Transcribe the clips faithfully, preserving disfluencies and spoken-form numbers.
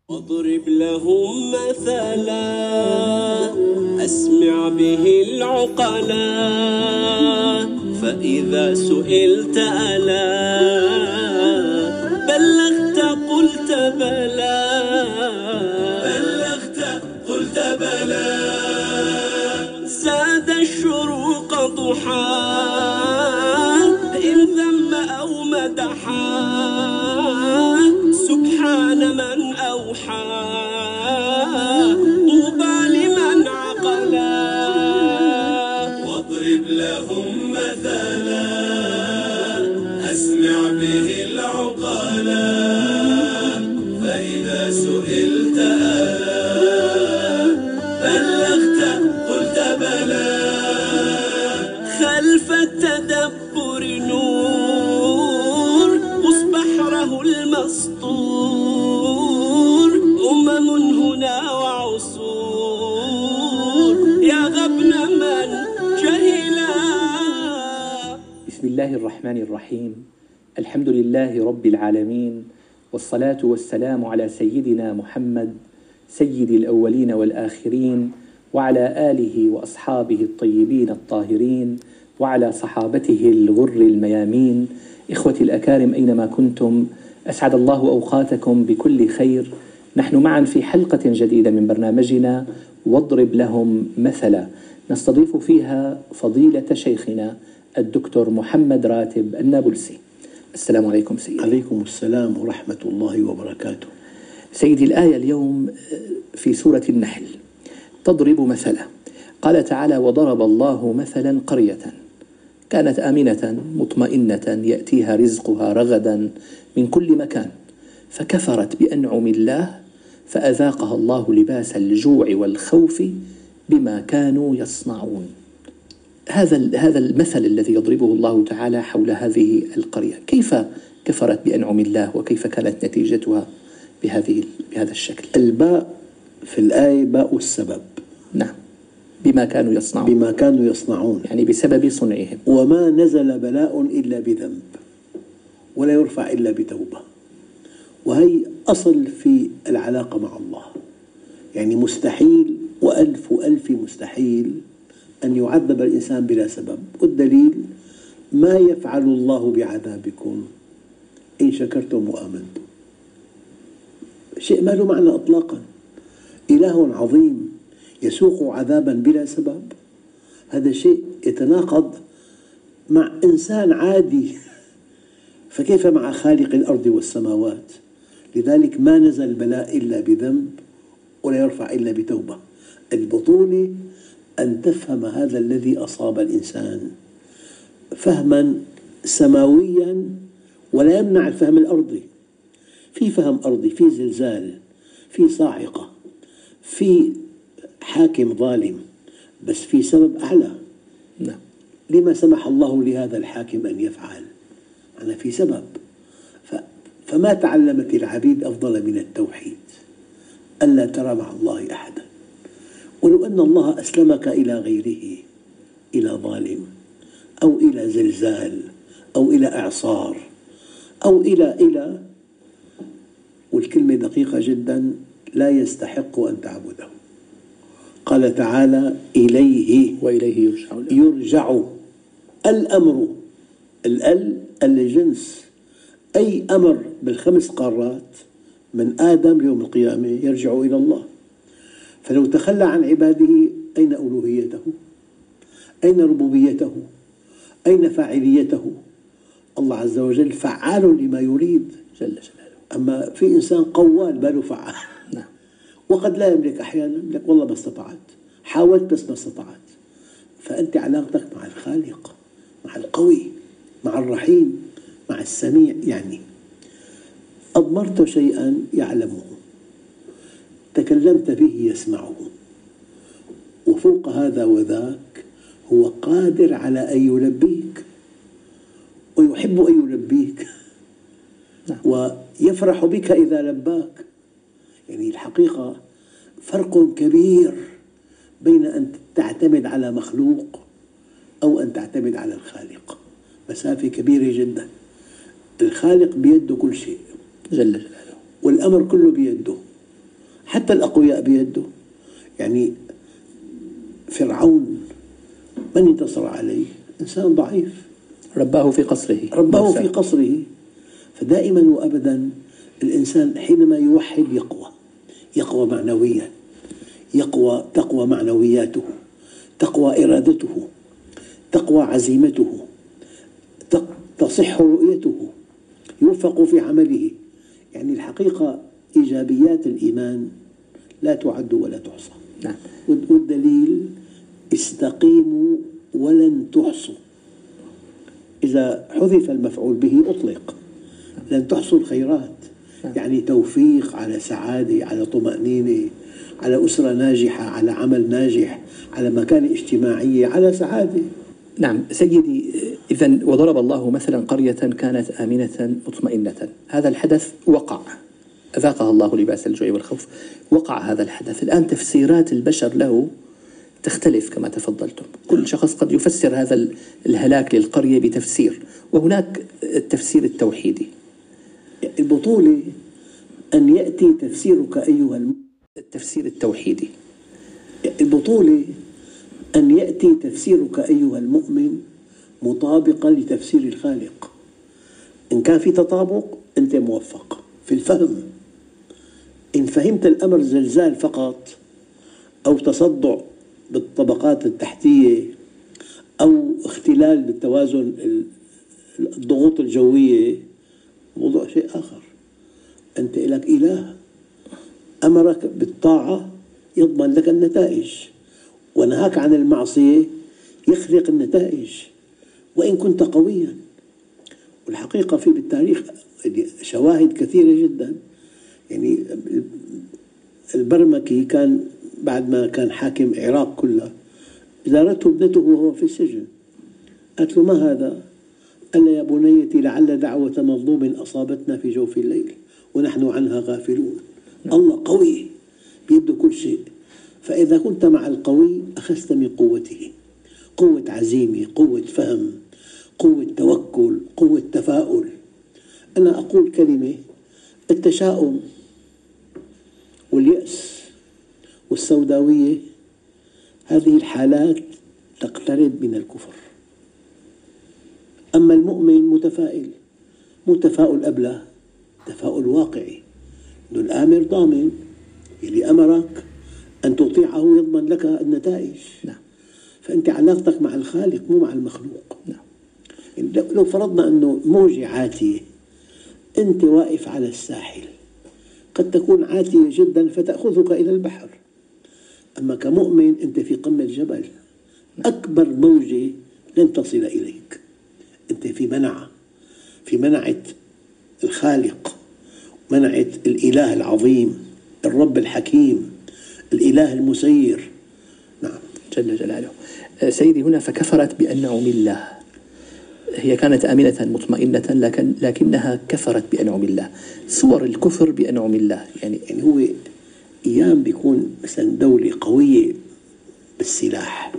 واضرب لهم مثلا أسمع به العقلا فإذا سئلت ألا بلغت قلت بلى بلغت قلت بلى زاد الشروق ضحى إن ذم أو مدحا سبحان من أوحى طوبى لمن عقلا واضرب لهم مثلا أسمع به العقلا فإذا سئلت ألا بلغت قلت بلى خلف التدبر نور بحره المسطور أمم هنا وعصور يا غبن من جهلا. بسم الله الرحمن الرحيم. الحمد لله رب العالمين، والصلاة والسلام على سيدنا محمد سيد الأولين والآخرين، وعلى آله وأصحابه الطيبين الطاهرين، وعلى صحابته الغر الميامين. إخوتي الأكارم أينما كنتم، أسعد الله أوقاتكم بكل خير. نحن معا في حلقة جديدة من برنامجنا واضرب لهم مثلا، نستضيف فيها فضيلة شيخنا الدكتور محمد راتب النابلسي. السلام عليكم سيدي. عليكم السلام ورحمة الله وبركاته. سيدي، الآية اليوم في سورة النحل تضرب مثلا. قال تعالى: وضرب الله مثلا قرية كانت آمنة مطمئنة يأتيها رزقها رغدا من كل مكان فكفرت بأنعم الله فأذاقها الله لباس الجوع والخوف بما كانوا يصنعون. هذا هذا المثل الذي يضربه الله تعالى حول هذه القرية، كيف كفرت بأنعم الله وكيف كانت نتيجتها بهذه بهذا الشكل؟ الباء في الآية باء السبب. نعم، بما كانوا يصنعون. بما كانوا يصنعون يعني بسبب صنعهم. وما نزل بلاء إلا بذنب ولا يرفع إلا بتوبة، وهي أصل في العلاقة مع الله. يعني مستحيل وألف وألف مستحيل أن يعذب الإنسان بلا سبب. والدليل ما يفعل الله بعذابكم إن شكرتم وآمنتم. شيء ما له معنى إطلاقا. إله عظيم يسوق عذابا بلا سبب، هذا شيء يتناقض مع إنسان عادي، فكيف مع خالق الأرض والسماوات؟ لذلك ما نزل البلاء إلا بذنب ولا يرفع إلا بتوبة. البطولة أن تفهم هذا الذي أصاب الإنسان فهما سماويا ولا يمنع الفهم الأرضي. في فهم أرضي، في زلزال، في صاعقة، في حاكم ظالم، بس في سبب أعلى. نعم. لما سمح الله لهذا الحاكم أن يفعل؟ أنا في سبب. فما تعلمت العبيد أفضل من التوحيد، ألا ترى مع الله أحدا. ولو أن الله أسلمك إلى غيره، إلى ظالم أو إلى زلزال أو إلى إعصار أو إلى إلى والكلمة دقيقة جدا، لا يستحق أن تعبده. قال تعالى: إليه وإليه يرجع, يرجع الأمر. الأل الجنس، أي أمر بالخمس قارات من آدم يوم القيامة يرجع إلى الله. فلو تخلى عن عباده أين ألوهيته؟ أين ربوبيته؟ أين فاعليته؟ الله عز وجل فعال لما يريد جل جلاله. أما في إنسان قوال باله فعال. نعم. وقد لا يملك أحيانا، يقول والله ما استطعت، حاولت بس ما استطعت. فأنت علاقتك مع الخالق، مع القوي، مع الرحيم، مع السميع. يعني أضمرت شيئا يعلمه، تكلمت به يسمعه، وفوق هذا وذاك هو قادر على أن يلبيك ويحب أن يلبيك. نعم. ويفرح بك إذا لباك. يعني الحقيقة فرق كبير بين أن تعتمد على مخلوق أو أن تعتمد على الخالق، مسافة كبيرة جدا. الخالق بيده كل شيء جل جلاله، والأمر كله بيده. حتى الأقوياء بيده. يعني فرعون من انتصر عليه؟ إنسان ضعيف رباه في قصره رباه في قصره. فدائما وأبدا الإنسان حينما يوحد يقوى يقوى معنويا، يقوى تقوى معنوياته، تقوى إرادته، تقوى عزيمته، تصح رؤيته، يوفق في عمله. يعني الحقيقة إيجابيات الإيمان لا تعد ولا تحصى. نعم. والدليل استقيموا ولن تحصوا. إذا حذف المفعول به أطلق. لن تحصوا الخيرات. يعني توفيق، على سعادة، على طمأنينة، على أسرة ناجحة، على عمل ناجح، على مكانة اجتماعية، على سعادة. نعم سيدي، إذن وضرب الله مثلا قرية كانت آمنة مطمئنة. هذا الحدث وقع، أذاقها الله لباس الجوع والخوف، وقع هذا الحدث. الآن تفسيرات البشر له تختلف كما تفضلتم. كل شخص قد يفسر هذا الهلاك للقرية بتفسير، وهناك التفسير التوحيدي. البطولة أن يأتي تفسيرك أيها الم... التفسير التوحيدي. البطولة أن يأتي تفسيرك أيها المؤمن مطابقا لتفسير الخالق. إن كان في تطابق أنت موفق في الفهم. إن فهمت الأمر زلزال فقط أو تصدع بالطبقات التحتية أو اختلال بالتوازن الضغوط الجوية، موضوع شيء آخر. أنت لك إله أمرك بالطاعة يضمن لك النتائج، ونهاك عن المعصية يخلق النتائج وإن كنت قويا. والحقيقة في بالتاريخ شواهد كثيرة جدا. يعني البرمكي كان بعد ما كان حاكم العراق كلها، زارته ابنته وهو في السجن، قالت له ما هذا؟ قال يا بنيتي لعل دعوة مظلوم أصابتنا في جوف الليل ونحن عنها غافلون. الله قوي بيده كل شيء. فإذا كنت مع القوي أخذت من قوته، قوة عزيمة، قوة فهم، قوة توكل، قوة تفاؤل. أنا أقول كلمة: التشاؤم واليأس والسوداوية هذه الحالات تقترب من الكفر. أما المؤمن متفائل، مو تفاؤل أبله، تفاؤل واقعي، أنه الآمر ضامن، اللي أمرك أن تطيعه يضمن لك النتائج. نعم. فأنت علاقتك مع الخالق مو مع المخلوق. نعم. يعني لو فرضنا أنه موجة عاتية، أنت واقف على الساحل، قد تكون عاتية جدا فتأخذك إلى البحر. أما كمؤمن أنت في قمة جبل، أكبر موجة لن تصل إليك. أنت في منعة، في منعة الخالق، منعة الإله العظيم، الرب الحكيم، الإله المسير. نعم جل جلاله. سيدي، هنا فكفرت بأنعم الله. هي كانت آمنة مطمئنة لكن لكنها كفرت بأنعم الله. صور الكفر بأنعم الله يعني, يعني هو أيام بيكون مثلا دولة قوية بالسلاح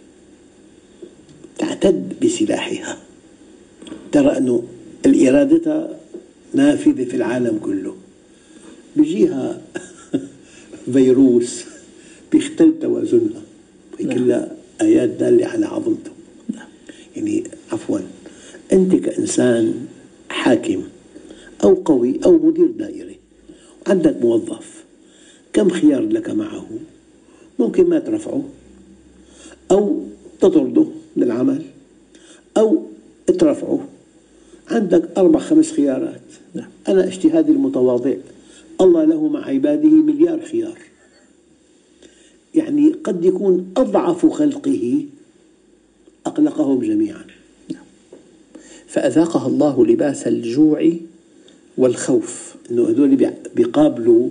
تعتد بسلاحها، ترى أنه الإرادة نافذة في العالم كله، بيجيها فيروس بيختل توازنها. هي كلها آيات دالة على عظمته. يعني عفوا، أنت كإنسان حاكم أو قوي أو مدير دائرة عندك موظف، كم خيار لك معه؟ ممكن ما ترفعه أو تطرده من العمل أو ترفعه. عندك أربع خمس خيارات. نعم. أنا اجتهادي المتواضع، الله له مع عباده مليار خيار. يعني قد يكون أضعف خلقه أقلقهم جميعا. نعم. فأذاقها الله لباس الجوع والخوف. إنه هذول بيقابلوا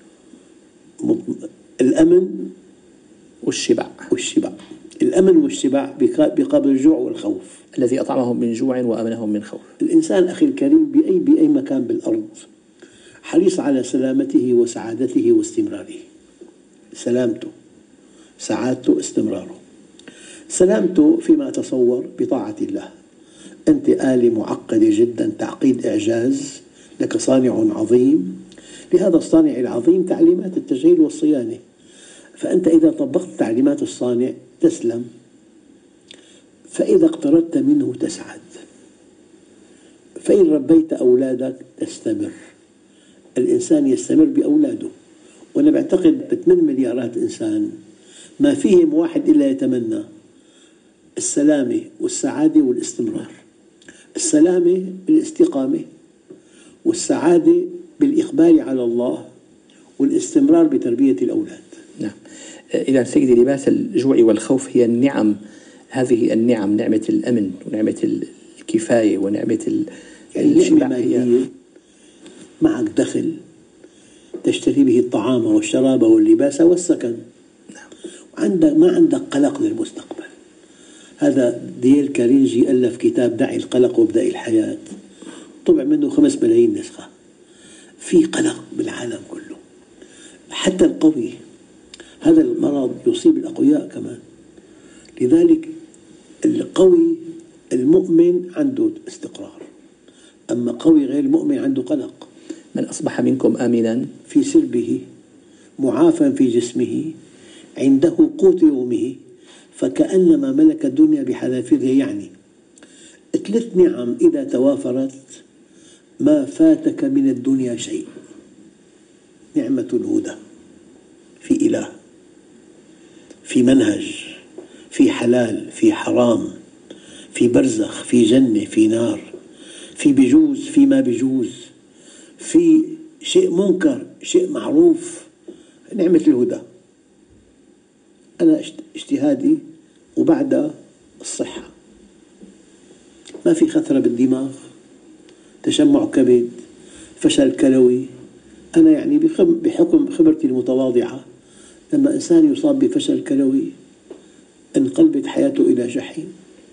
الأمن والشبع والشبع. الأمن والشبع بيقابل الجوع والخوف. الذي أطعمهم من جوع وأمنهم من خوف. الإنسان أخي الكريم بأي بأي مكان بالأرض حريص على سلامته وسعادته واستمراره. سلامته، سعادته، استمراره. سلامته فيما أتصور بطاعة الله. أنت آلة معقدة جدا، تعقيد إعجاز، لك صانع عظيم، لهذا الصانع العظيم تعليمات التشغيل والصيانة، فأنت إذا طبقت تعليمات الصانع تسلم، فإذا اقتربت منه تسعد، فإن ربيت أولادك تستمر. الإنسان يستمر بأولاده، وأنا بعتقد ثمانية مليارات إنسان ما فيهم واحد إلا يتمنى السلامة والسعادة والاستمرار. السلامة بالاستقامة، والسعادة بالإقبال على الله، والاستمرار بتربية الأولاد. نعم. إذا سيدي، لباس الجوع والخوف هي النعم، هذه النعم، نعمة الأمن ونعمة الكفاية ونعمة الشبع. يعني معك دخل تشتري به الطعام والشراب واللباس والسكن، وعندك ما عندك قلق للمستقبل. هذا دييل كارنيجي ألف كتاب دعي القلق وابدأ الحياة، طبع منه خمس ملايين نسخة. في قلق بالعالم كله، حتى القوي. هذا المرض يصيب الأقوياء كمان، لذلك القوي المؤمن عنده استقرار، أما قوي غير المؤمن عنده قلق. من أصبح منكم آمنا في سربه معافى في جسمه عنده قوت يومه فكأنما ملك الدنيا بحذافيرها. يعني ثلاث نعم إذا توافرت ما فاتك من الدنيا شيء. نعمة الهدى، في إله، في منهج، في حلال، في حرام، في برزخ، في جنة، في نار، في بجوز، في ما بجوز، في شيء منكر، شيء معروف. نعمة الهدى. أنا اجتهادي وبعدها الصحة، ما في خثرة بالدماغ، تشمع كبد، فشل كلوي. أنا يعني بحكم خبرتي المتواضعة، لما إنسان يصاب بفشل كلوي انقلبت حياته إلى جحيم،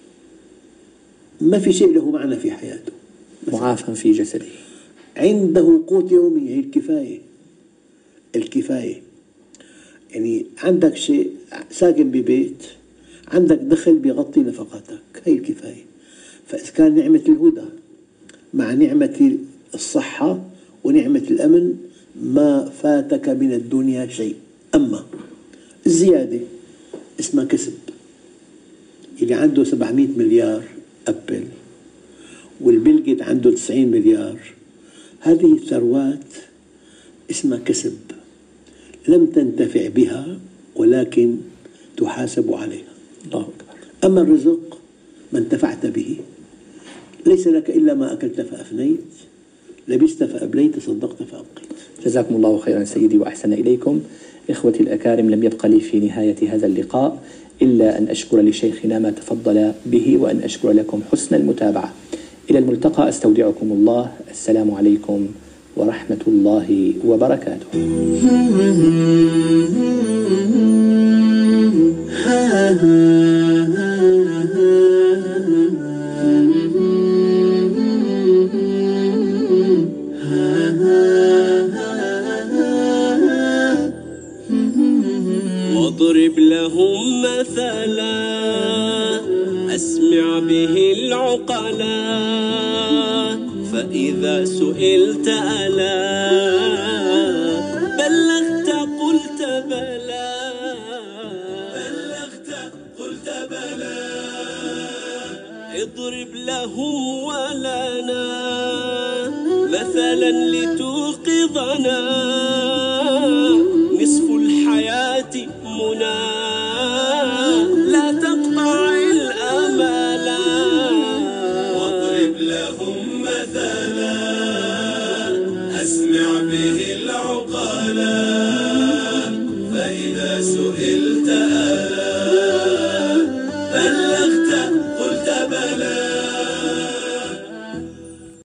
ما في شيء له معنى في حياته. معافى في جسده، عنده قوت يومي. هي الكفاية. الكفاية يعني عندك شيء، ساكن ببيت، عندك دخل بيغطي نفقاتك، هي الكفاية. فإذا كان نعمة الهدى مع نعمة الصحة ونعمة الأمن ما فاتك من الدنيا شيء. أما الزيادة اسمها كسب. اللي عنده سبعمئة مليار أبل والبيل جيت عنده تسعين مليار، هذه الثروات اسمها كسب، لم تنتفع بها ولكن تحاسب عليها. الله أكبر. أما الرزق ما انتفعت به، ليس لك إلا ما أكلت فأفنيت، لبست فأبليت، تصدقت فأبقيت. جزاكم الله خيرا سيدي وأحسن إليكم. إخوتي الأكارم، لم يبق لي في نهاية هذا اللقاء إلا أن أشكر لشيخنا ما تفضل به، وأن أشكر لكم حسن المتابعة. إلى الملتقى، أستودعكم الله. السلام عليكم ورحمة الله وبركاته. واضرب لهم مثلا أسمع به العقلا، فإذا سئلت ألا بلغت قلت بلى، بلغت قلت بلى. اضرب لهم ولنا مثلا لتوقظنا، نصف الحياة منى، لا تقطع الأملا. واضرب لهم مثلا أسمع به العقلا، فإذا سئلت